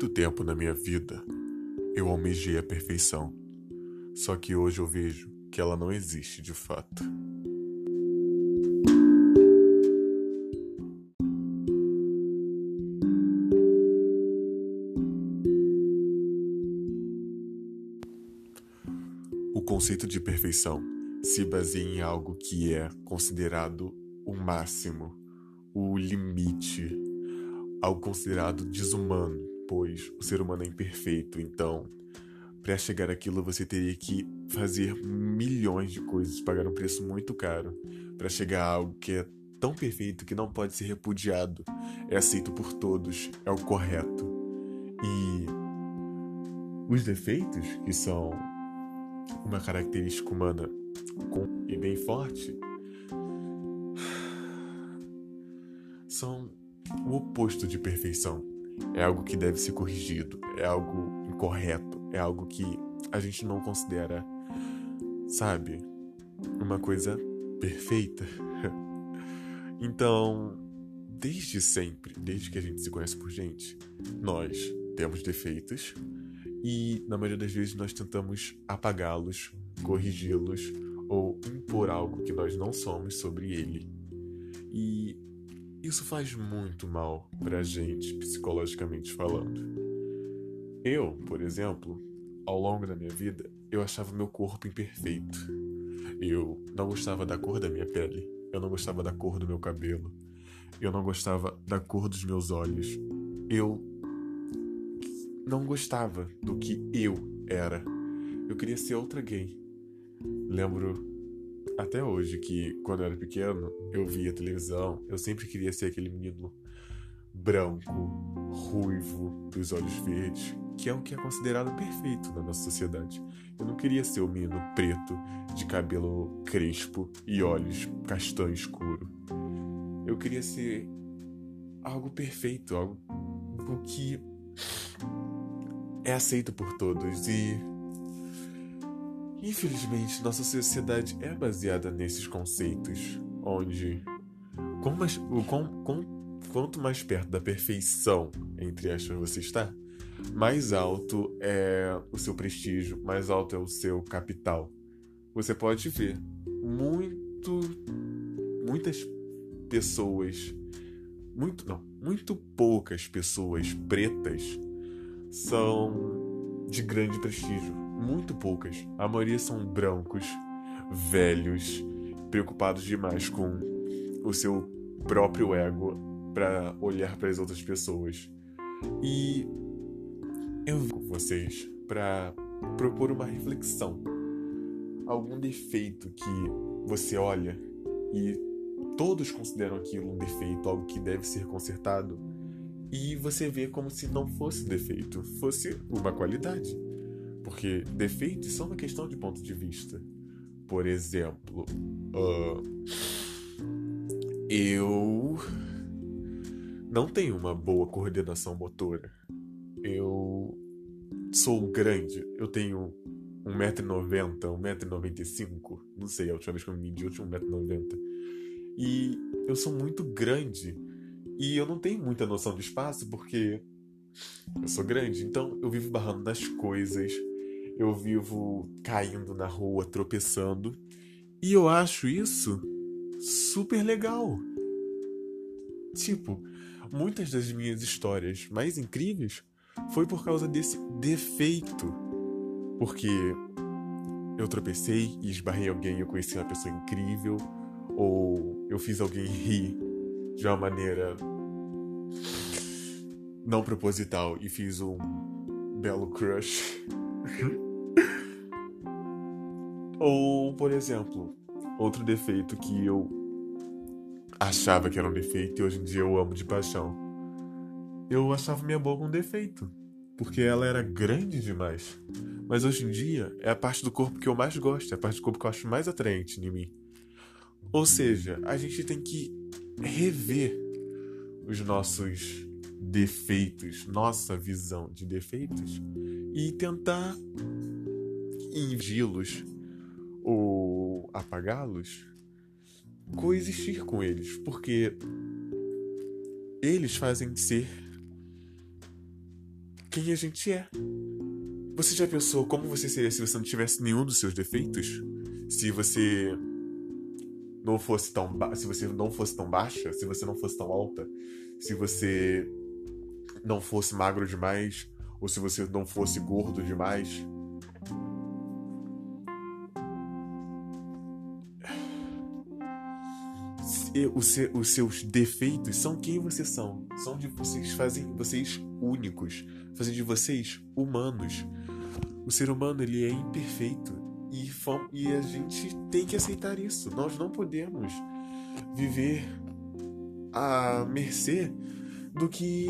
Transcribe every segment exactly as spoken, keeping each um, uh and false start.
tempo na minha vida, eu almejei a perfeição. Só que hoje eu vejo que ela não existe de fato. O conceito de perfeição se baseia em algo que é considerado o máximo, o limite, algo considerado desumano, pois o ser humano é imperfeito. Então, para chegar àquilo, você teria que fazer milhões de coisas, pagar um preço muito caro para chegar a algo que é tão perfeito que não pode ser repudiado, é aceito por todos, é o correto. E os defeitos, que são uma característica humana com e bem forte, são o oposto de perfeição. É algo que deve ser corrigido, é algo incorreto, é algo que a gente não considera, sabe, uma coisa perfeita. Então, desde sempre, desde que a gente se conhece por gente, nós temos defeitos e, na maioria das vezes, nós tentamos apagá-los, corrigi-los ou impor algo que nós não somos sobre ele. E isso faz muito mal pra gente, psicologicamente falando. Eu, por exemplo, ao longo da minha vida, eu achava meu corpo imperfeito. Eu não gostava da cor da minha pele, eu não gostava da cor do meu cabelo, eu não gostava da cor dos meus olhos. Eu não gostava do que eu era. Eu queria ser outra gay. Lembro até hoje que, quando eu era pequeno, eu via televisão, eu sempre queria ser aquele menino branco, ruivo, dos olhos verdes, que é o que é considerado perfeito na nossa sociedade. Eu não queria ser o menino preto, de cabelo crespo e olhos castanho escuro. Eu queria ser algo perfeito, algo que é aceito por todos. E infelizmente nossa sociedade é baseada nesses conceitos, onde quanto mais, o, com, com, quanto mais perto da perfeição, entre aspas, você está, mais alto é o seu prestígio, mais alto é o seu capital. Você pode ver muito, muitas pessoas, muito não, muito poucas pessoas pretas são de grande prestígio. Muito poucas. A maioria são brancos, velhos, preocupados demais com o seu próprio ego para olhar para as outras pessoas. E eu vim com vocês para propor uma reflexão. Algum defeito que você olha e todos consideram aquilo um defeito, algo que deve ser consertado, e você vê como se não fosse defeito, fosse uma qualidade. Porque defeitos são uma questão de ponto de vista. Por exemplo, uh, eu não tenho uma boa coordenação motora. Eu sou grande, eu tenho um metro e noventa, um metro e noventa e cinco, não sei, a última vez que eu me medi eu tinha um metro e noventa. E eu sou muito grande e eu não tenho muita noção de espaço porque eu sou grande, então eu vivo barrando nas coisas, eu vivo caindo na rua, tropeçando, e eu acho isso super legal. Tipo, muitas das minhas histórias mais incríveis foi por causa desse defeito. Porque eu tropecei e esbarrei alguém e eu conheci uma pessoa incrível, ou eu fiz alguém rir de uma maneira não proposital e fiz um belo crush. Ou, por exemplo, outro defeito que eu achava que era um defeito e hoje em dia eu amo de paixão. Eu achava minha boca um defeito, porque ela era grande demais. Mas hoje em dia é a parte do corpo que eu mais gosto, é a parte do corpo que eu acho mais atraente em mim. Ou seja, a gente tem que rever os nossos defeitos, nossa visão de defeitos, e tentar invigi-los ou apagá-los, coexistir com eles, porque eles fazem ser quem a gente é. Você já pensou como você seria se você não tivesse nenhum dos seus defeitos? Se você não fosse tão ba... se você não fosse tão baixa, se você não fosse tão alta, se você não fosse magro demais, ou se você não fosse gordo demais? Os, se... os seus defeitos são quem vocês são. São de vocês, fazem vocês únicos, fazem de vocês humanos. O ser humano, ele é imperfeito e, fom... e a gente tem que aceitar isso. Nós não podemos viver à mercê do que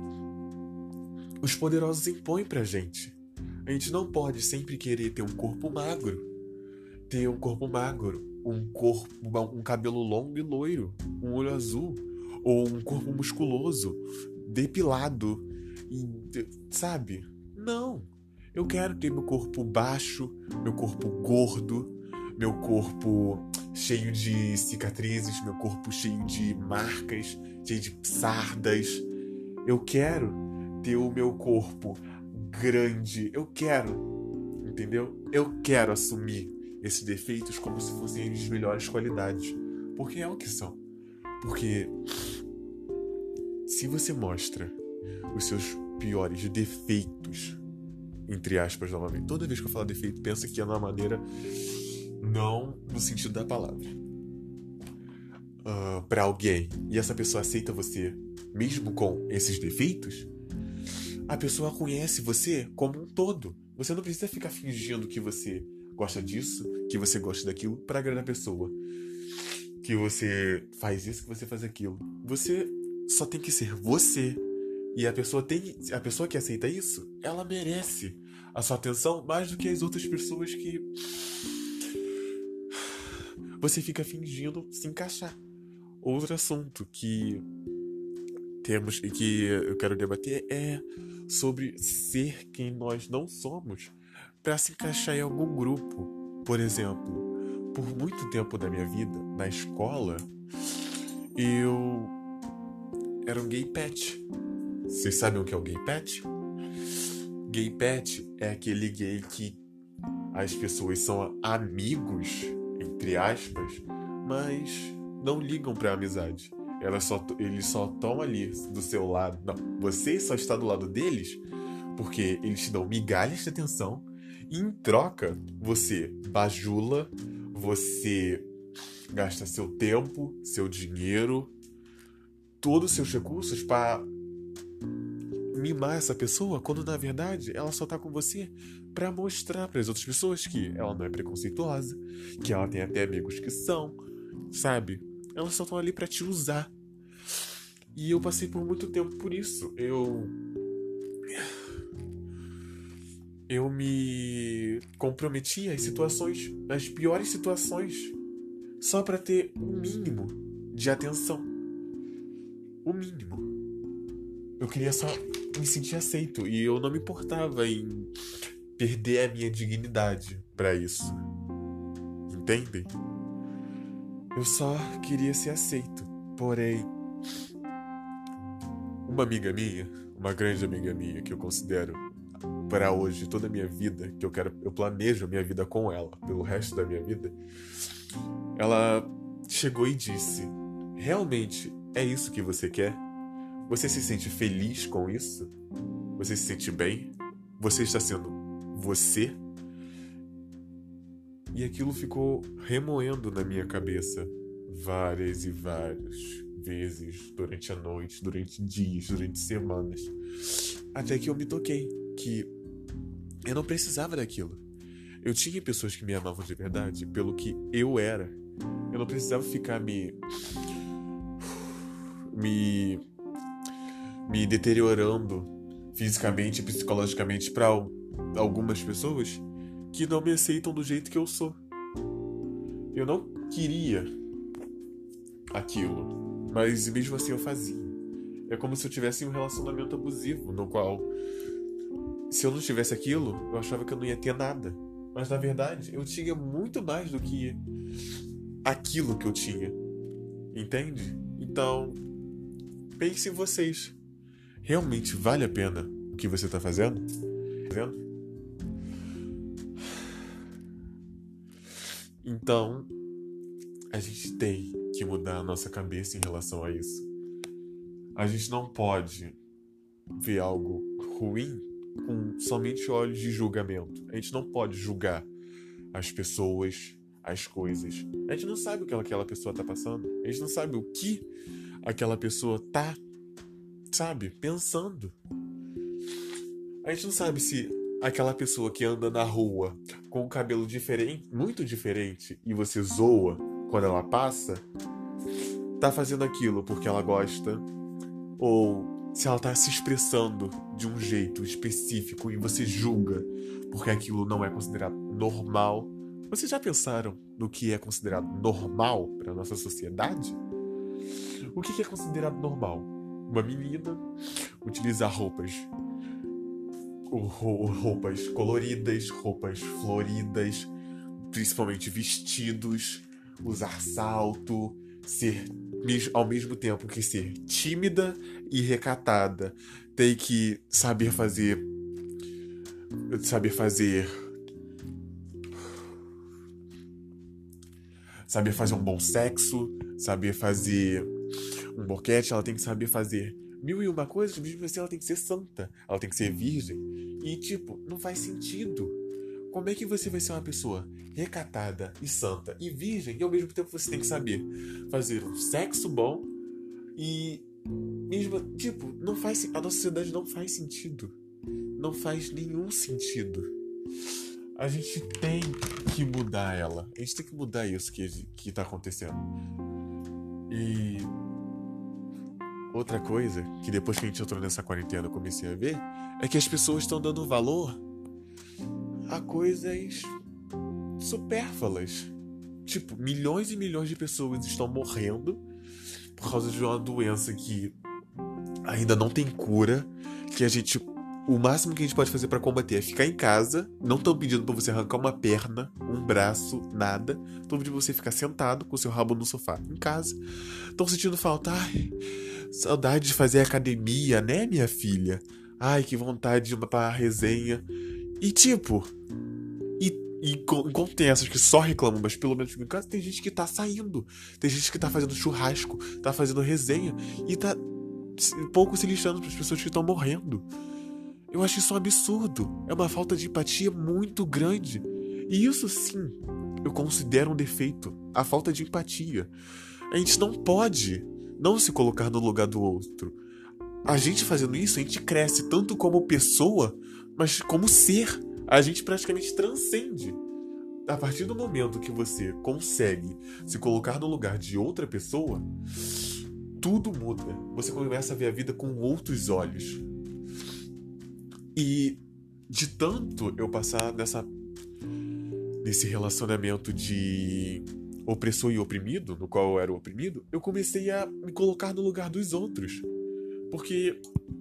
os poderosos impõem pra gente. A gente não pode sempre querer ter um corpo magro, ter um corpo magro, um corpo, um cabelo longo e loiro, um olho azul, ou um corpo musculoso, depilado, e, sabe? Não. Eu quero ter meu corpo baixo, meu corpo gordo, meu corpo cheio de cicatrizes, meu corpo cheio de marcas, cheio de sardas. Eu quero ter o meu corpo grande. Eu quero, entendeu? Eu quero assumir esses defeitos como se fossem as melhores qualidades. Porque é o que são. Porque se você mostra os seus piores defeitos, entre aspas, novamente, toda vez que eu falar defeito, pensa que é de uma maneira não no sentido da palavra, uh, pra alguém, e essa pessoa aceita você mesmo com esses defeitos, a pessoa conhece você como um todo. Você não precisa ficar fingindo que você gosta disso, que você gosta daquilo pra agradar a pessoa, que você faz isso, que você faz aquilo. Você só tem que ser você. E a pessoa tem, a pessoa que aceita isso, ela merece a sua atenção mais do que as outras pessoas que você fica fingindo se encaixar. Outro assunto que temos e que eu quero debater é sobre ser quem nós não somos para se encaixar em algum grupo. Por exemplo, por muito tempo da minha vida, na escola, eu era um gay pet. Vocês sabem o que é o gay pet? Gay pet é aquele gay que as pessoas são amigos, entre aspas, mas não ligam pra amizade. Elas só, eles só estão ali do seu lado. Não, você só está do lado deles porque eles te dão migalhas de atenção e, em troca, você bajula, você gasta seu tempo, seu dinheiro, todos os seus recursos para mimar essa pessoa, quando na verdade ela só tá com você pra mostrar para as outras pessoas que ela não é preconceituosa, que ela tem até amigos que são, sabe? Elas só estão ali pra te usar. E eu passei por muito tempo por isso. Eu eu me comprometi às situações, às piores situações, só pra ter o um mínimo de atenção. O mínimo. Eu queria só me sentir aceito e eu não me importava em perder a minha dignidade pra isso. Entendem? Eu só queria ser aceito. Porém, uma amiga minha, uma grande amiga minha que eu considero para hoje toda a minha vida, que eu quero, eu planejo a minha vida com ela pelo resto da minha vida, ela chegou e disse: realmente é isso que você quer? Você se sente feliz com isso? Você se sente bem? Você está sendo você? E aquilo ficou remoendo na minha cabeça várias e várias vezes durante a noite, durante dias, durante semanas. Até que eu me toquei que eu não precisava daquilo. Eu tinha pessoas que me amavam de verdade pelo que eu era. Eu não precisava ficar me... me... me deteriorando fisicamente e psicologicamente para algumas pessoas que não me aceitam do jeito que eu sou. Eu não queria aquilo, mas mesmo assim eu fazia. É como se eu tivesse um relacionamento abusivo, no qual, se eu não tivesse aquilo, eu achava que eu não ia ter nada. Mas na verdade, eu tinha muito mais do que aquilo que eu tinha. Entende? Então, pense em vocês. Realmente vale a pena o que você tá fazendo? Tá vendo? Então, a gente tem que mudar a nossa cabeça em relação a isso. A gente não pode ver algo ruim com somente olhos de julgamento. A gente não pode julgar as pessoas, as coisas. A gente não sabe o que aquela pessoa tá passando. A gente não sabe o que aquela pessoa tá, sabe, pensando. A gente não sabe se aquela pessoa que anda na rua com um cabelo diferente, muito diferente, e você zoa quando ela passa, tá fazendo aquilo porque ela gosta, ou se ela tá se expressando de um jeito específico e você julga porque aquilo não é considerado normal. Vocês já pensaram no que é considerado normal para nossa sociedade? O que é considerado normal? Uma menina utilizar roupas roupas coloridas, roupas floridas, principalmente vestidos, usar salto, ser ao mesmo tempo que ser tímida e recatada, tem que saber fazer saber fazer saber fazer um bom sexo, saber fazer um boquete, ela tem que saber fazer mil e uma coisas, mesmo assim ela tem que ser santa, ela tem que ser virgem. E tipo, não faz sentido. Como é que você vai ser uma pessoa recatada e santa e virgem e ao mesmo tempo você tem que saber fazer um sexo bom e mesmo, tipo, não faz, a nossa sociedade não faz sentido. Não faz nenhum sentido. A gente tem que mudar ela. A gente tem que mudar isso que, que tá acontecendo. E outra coisa que depois que a gente entrou nessa quarentena eu comecei a ver é que as pessoas estão dando valor a coisas supérfluas. Tipo, milhões e milhões de pessoas estão morrendo por causa de uma doença que ainda não tem cura, que a gente, o máximo que a gente pode fazer pra combater é ficar em casa. Não estão pedindo pra você arrancar uma perna, um braço, nada. Estão pedindo pra você ficar sentado com seu rabo no sofá em casa. Estão sentindo falta. Ai, saudade de fazer academia, né, minha filha? Ai, que vontade de ir pra resenha. E tipo, e, e enquanto tem essas que só reclamam, mas pelo menos ficam em casa, tem gente que tá saindo. Tem gente que tá fazendo churrasco, tá fazendo resenha e tá um pouco se lixando pras pessoas que estão morrendo. Eu acho isso um absurdo. É uma falta de empatia muito grande. E isso sim, eu considero um defeito. A falta de empatia. A gente não pode não se colocar no lugar do outro. A gente fazendo isso, a gente cresce tanto como pessoa, mas como ser. A gente praticamente transcende. A partir do momento que você consegue se colocar no lugar de outra pessoa, tudo muda. Você começa a ver a vida com outros olhos. E de tanto eu passar nessa, nesse relacionamento de opressor e oprimido, no qual eu era o oprimido, eu comecei a me colocar no lugar dos outros. Porque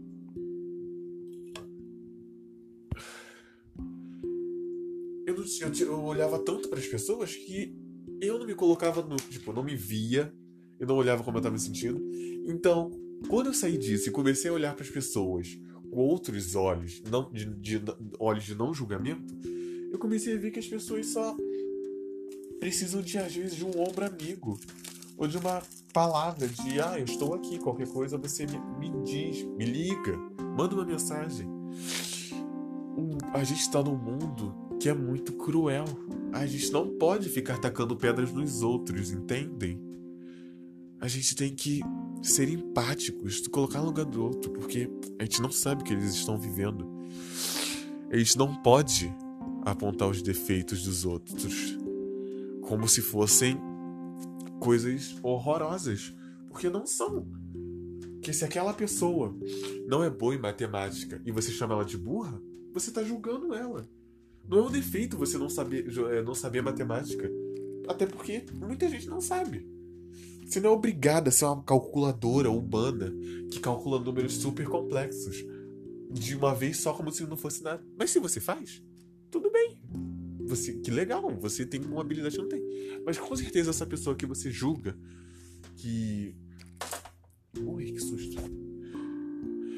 eu, não, eu, eu olhava tanto para as pessoas que eu não me colocava no, tipo, eu não me via, eu não olhava como eu estava me sentindo. Então, quando eu saí disso e comecei a olhar para as pessoas com outros olhos, não, de, de, de olhos de não julgamento, eu comecei a ver que as pessoas só precisam de, às vezes, de um ombro amigo, ou de uma palavra de, ah, eu estou aqui, qualquer coisa você me, me diz, me liga, manda uma mensagem. Um, a gente está num mundo que é muito cruel. A gente não pode ficar tacando pedras nos outros, entendem? A gente tem que ser empáticos, colocar no lugar do outro, porque a gente não sabe o que eles estão vivendo. A gente não pode apontar os defeitos dos outros como se fossem coisas horrorosas, porque não são. Porque se aquela pessoa não é boa em matemática e você chama ela de burra, você está julgando ela. Não é um defeito você não saber, não saber matemática, até porque muita gente não sabe. Você não é obrigado a ser uma calculadora humana que calcula números super complexos de uma vez só, como se não fosse nada. Mas se você faz, tudo bem. Você, que legal, você tem uma habilidade que não tem. Mas com certeza essa pessoa que você julga que... Ui, que susto.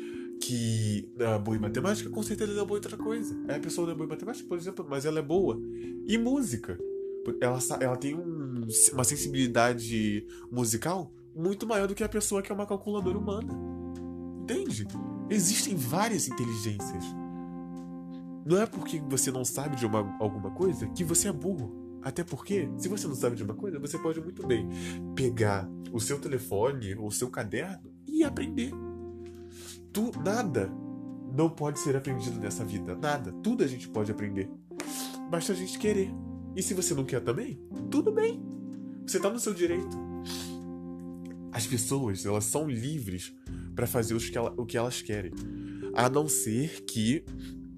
que é boa em matemática, com certeza ela é boa em outra coisa. Aí a pessoa não é boa em matemática, por exemplo, mas ela é boa em música. Ela, ela tem um, uma sensibilidade musical muito maior do que a pessoa que é uma calculadora humana. Entende? Existem várias inteligências. Não é porque você não sabe de uma, alguma coisa que você é burro. Até porque, se você não sabe de uma coisa, você pode muito bem pegar o seu telefone ou o seu caderno e aprender. Tu, nada não pode ser aprendido nessa vida. Nada. Tudo a gente pode aprender. Basta a gente querer. E se você não quer também, tudo bem. Você tá no seu direito. As pessoas, elas são livres para fazer os que ela, o que elas querem. A não ser que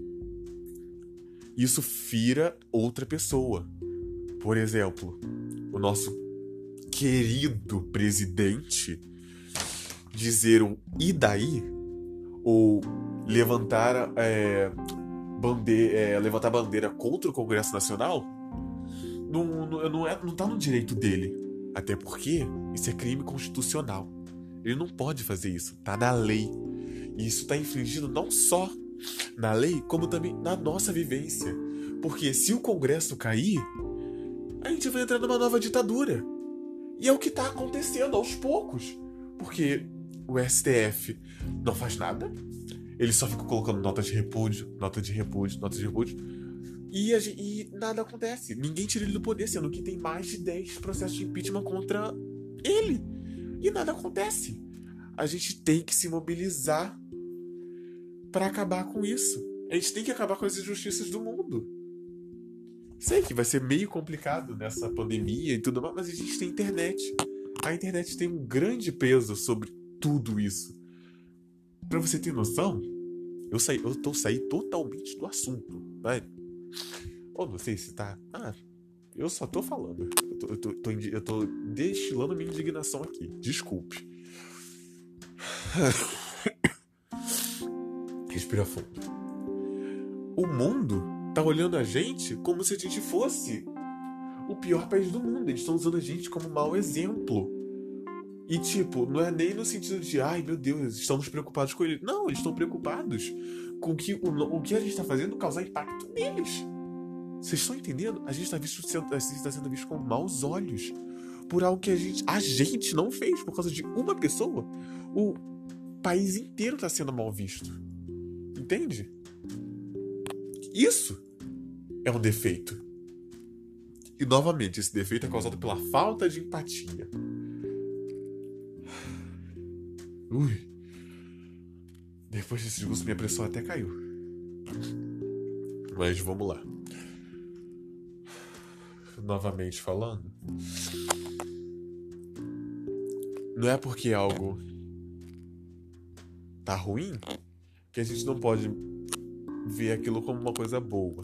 isso fira outra pessoa. Por exemplo, o nosso querido presidente dizer um "e daí?" ou levantar, é, bandeira, é, levantar bandeira contra o Congresso Nacional, não, não, não, é, não tá no direito dele. Até porque isso é crime constitucional. Ele não pode fazer isso. Tá na lei. E isso tá infringindo não só na lei, como também na nossa vivência. Porque se o Congresso cair, a gente vai entrar numa nova ditadura. E é o que tá acontecendo aos poucos. Porque o S T F não faz nada. Ele só fica colocando nota de repúdio, nota de repúdio, nota de repúdio. E, a, e nada acontece. Ninguém tira ele do poder, sendo que tem mais de dez processos de impeachment contra ele. E nada acontece. A gente tem que se mobilizar para acabar com isso. A gente tem que acabar com as injustiças do mundo. Sei que vai ser meio complicado nessa pandemia e tudo mais, mas a gente tem internet. A internet tem um grande peso sobre tudo isso. Pra você ter noção, eu, saí, eu tô saí totalmente do assunto, vai. Ou não sei se tá... Ah, eu só tô falando. Eu tô, eu tô, tô, eu tô destilando minha indignação aqui. Desculpe. Respira fundo. O mundo tá olhando a gente como se a gente fosse o pior país do mundo. Eles estão usando a gente como mau exemplo. E tipo, não é nem no sentido de ai meu Deus, estamos preocupados com ele. Não, eles estão preocupados com que o, o que a gente está fazendo causar impacto neles. Vocês estão entendendo? A gente está tá sendo visto com maus olhos por algo que a gente, a gente não fez. Por causa de uma pessoa, o país inteiro está sendo mal visto. Entende? Isso é um defeito. E novamente, esse defeito é causado pela falta de empatia. Ui. Depois desse discurso, minha pressão até caiu. Mas vamos lá. Novamente falando. Não é porque algo tá ruim que a gente não pode ver aquilo como uma coisa boa.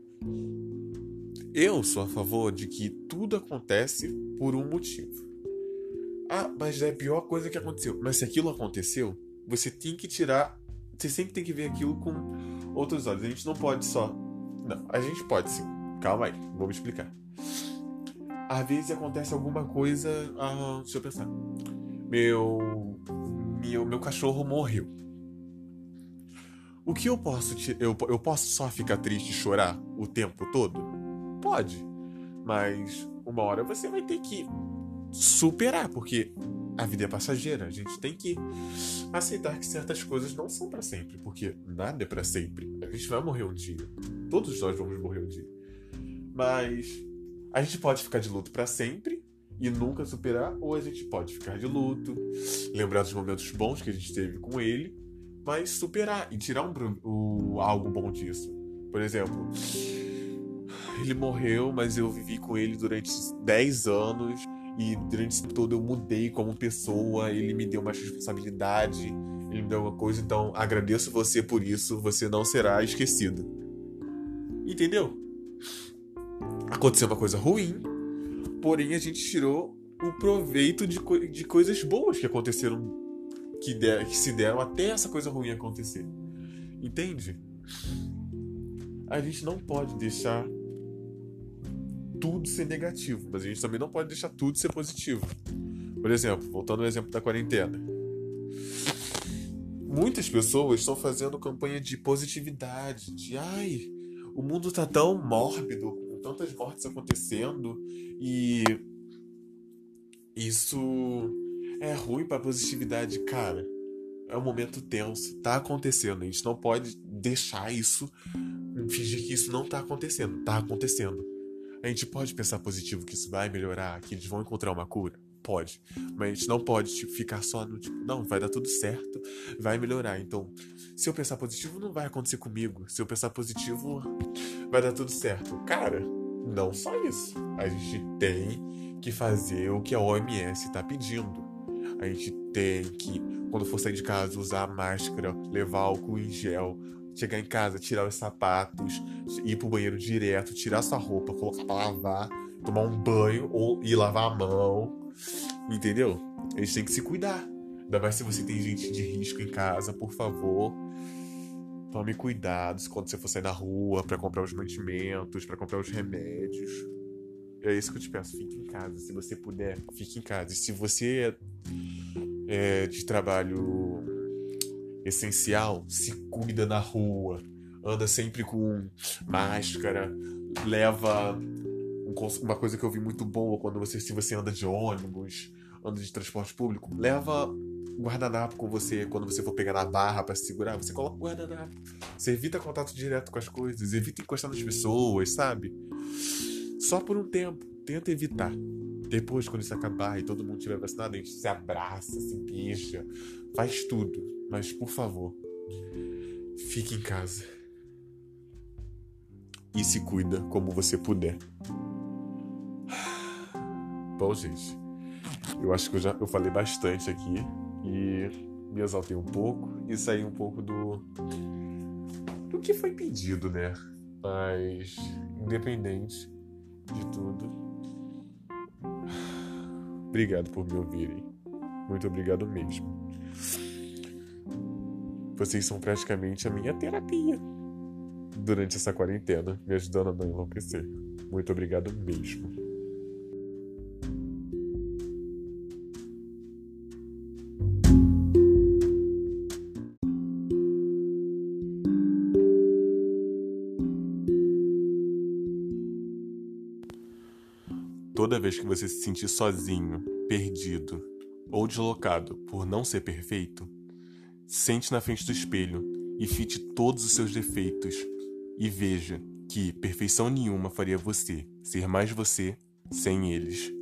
Eu sou a favor de que tudo acontece por um motivo. Ah, mas é a pior coisa que aconteceu. Mas se aquilo aconteceu, você tem que tirar... Você sempre tem que ver aquilo com outros olhos. A gente não pode só... Não, a gente pode sim. Calma aí, vou me explicar. Às vezes acontece alguma coisa... Ah, deixa eu pensar. Meu... Meu, meu cachorro morreu. O que eu posso... Eu, eu posso só ficar triste e chorar o tempo todo? Pode. Mas uma hora você vai ter que superar, porque a vida é passageira. A gente tem que aceitar que certas coisas não são pra sempre, porque nada é pra sempre. A gente vai morrer um dia. Todos nós vamos morrer um dia. Mas a gente pode ficar de luto pra sempre e nunca superar, ou a gente pode ficar de luto, lembrar dos momentos bons que a gente teve com ele, mas superar e tirar um, um, algo bom disso. Por exemplo, ele morreu, mas eu vivi com ele durante dez anos e durante esse todo eu mudei como pessoa, ele me deu mais responsabilidade, ele me deu uma coisa, então agradeço você por isso, você não será esquecido. Entendeu? Aconteceu uma coisa ruim, porém a gente tirou o proveito de, co- de coisas boas que aconteceram, que, der, que se deram até essa coisa ruim acontecer. Entende? A gente não pode deixar tudo ser negativo, mas a gente também não pode deixar tudo ser positivo. Por exemplo, voltando ao exemplo da quarentena. muitas pessoas estão fazendo campanha de positividade, de ai, o mundo tá tão mórbido, com tantas mortes acontecendo, e isso é ruim pra positividade, cara. É um momento tenso, tá acontecendo, a gente não pode deixar isso, fingir que isso não tá acontecendo, tá acontecendo. A gente pode pensar positivo que isso vai melhorar, que eles vão encontrar uma cura? Pode. Mas a gente não pode tipo, ficar só no tipo, não, vai dar tudo certo, vai melhorar. Então, se eu pensar positivo, não vai acontecer comigo. Se eu pensar positivo, vai dar tudo certo. Cara, não só isso. A gente tem que fazer o que a O M S tá pedindo. A gente tem que, quando for sair de casa, usar máscara, levar álcool em gel, chegar em casa, tirar os sapatos, ir pro banheiro direto, tirar sua roupa, colocar pra lavar, tomar um banho ou ir lavar a mão. Entendeu? A gente tem que se cuidar. Ainda mais se você tem gente de risco em casa, por favor. Tome cuidados quando você for sair na rua pra comprar os mantimentos, pra comprar os remédios. É isso que eu te peço, fique em casa. Se você puder, fique em casa. E se você é de trabalho essencial, se cuida na rua. Anda sempre com máscara. Leva um uma coisa que eu vi muito boa quando você, se você anda de ônibus, anda de transporte público, leva um guardanapo com você quando você for pegar na barra pra se segurar, você coloca o guardanapo. Você evita contato direto com as coisas, evita encostar nas pessoas, sabe? Só por um tempo, tenta evitar. Depois, quando isso acabar e todo mundo estiver vacinado, a gente se abraça, se beija, faz tudo. Mas, por favor, fique em casa. E se cuida como você puder. Bom, gente, eu acho que eu já eu falei bastante aqui e me exaltei um pouco e saí um pouco do do que foi pedido, né? Mas, independente de tudo, obrigado por me ouvirem. Muito obrigado mesmo. Vocês são praticamente a minha terapia durante essa quarentena, me ajudando a não enlouquecer. Muito obrigado mesmo. Toda vez que você se sentir sozinho, perdido ou deslocado por não ser perfeito, sente na frente do espelho e fite todos os seus defeitos e veja que perfeição nenhuma faria você ser mais você sem eles.